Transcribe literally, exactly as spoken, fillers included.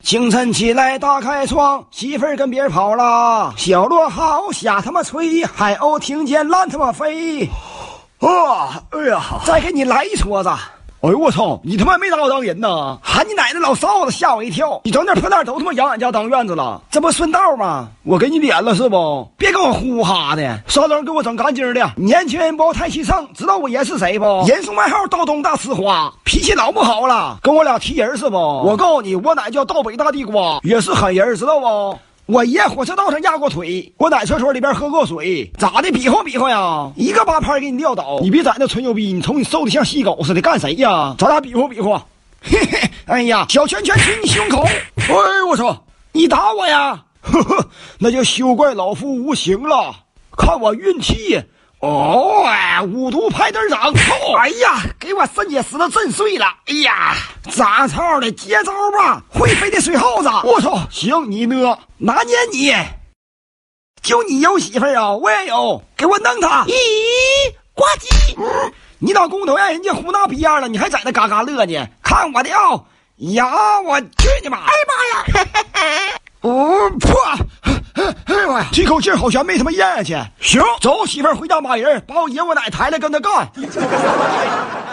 清晨起来打开窗，媳妇儿跟别人跑了，小螺号下他妈吹，海鸥听见烂他妈飞。啊，哎呀，再给你来一撮子。哎呦我操！你他妈没拿我当人呐！喊你奶奶老臊子，吓我一跳！你整点破蛋都他妈养俺家当院子了，这不顺道吗？我给你脸了是不？别跟我呼哈的，烧灯给我整干净的。年轻人不要太气盛，知道我爷是谁不？人送外号道东大呲花，脾气老不好了，跟我俩提人是不？我告诉你，我奶叫道北大地瓜，也是狠人，知道不？我爷火车道上压过腿，我奶厕所里边喝过水，咋的比划比划呀？一个八拍给你撂倒，你别在那吹牛逼，你瞅你瘦的像细狗似的，干谁呀？咱俩比划比划。嘿嘿，哎呀，小拳拳捶你胸口！哎，我操，你打我呀？呵呵，那就休怪老夫无情了，看我运气。哦，哎，五毒拍灯掌！哦，哎呀，给我肾结石都震碎了！哎呀，咋操的，接招吧！会飞的水耗子！我操，行，你呢？拿捏你！就你有媳妇儿啊？我也有，给我弄他！咦，呱唧！嗯，你老公都让人家胡闹逼样了，你还在那嘎嘎乐呢？看我的啊！呀，我去你妈！哎妈呀！哦，破！哎呦呀，这口气好像没他妈咽下去。行，走，媳妇儿回家骂人，把我爷我奶抬来跟他干。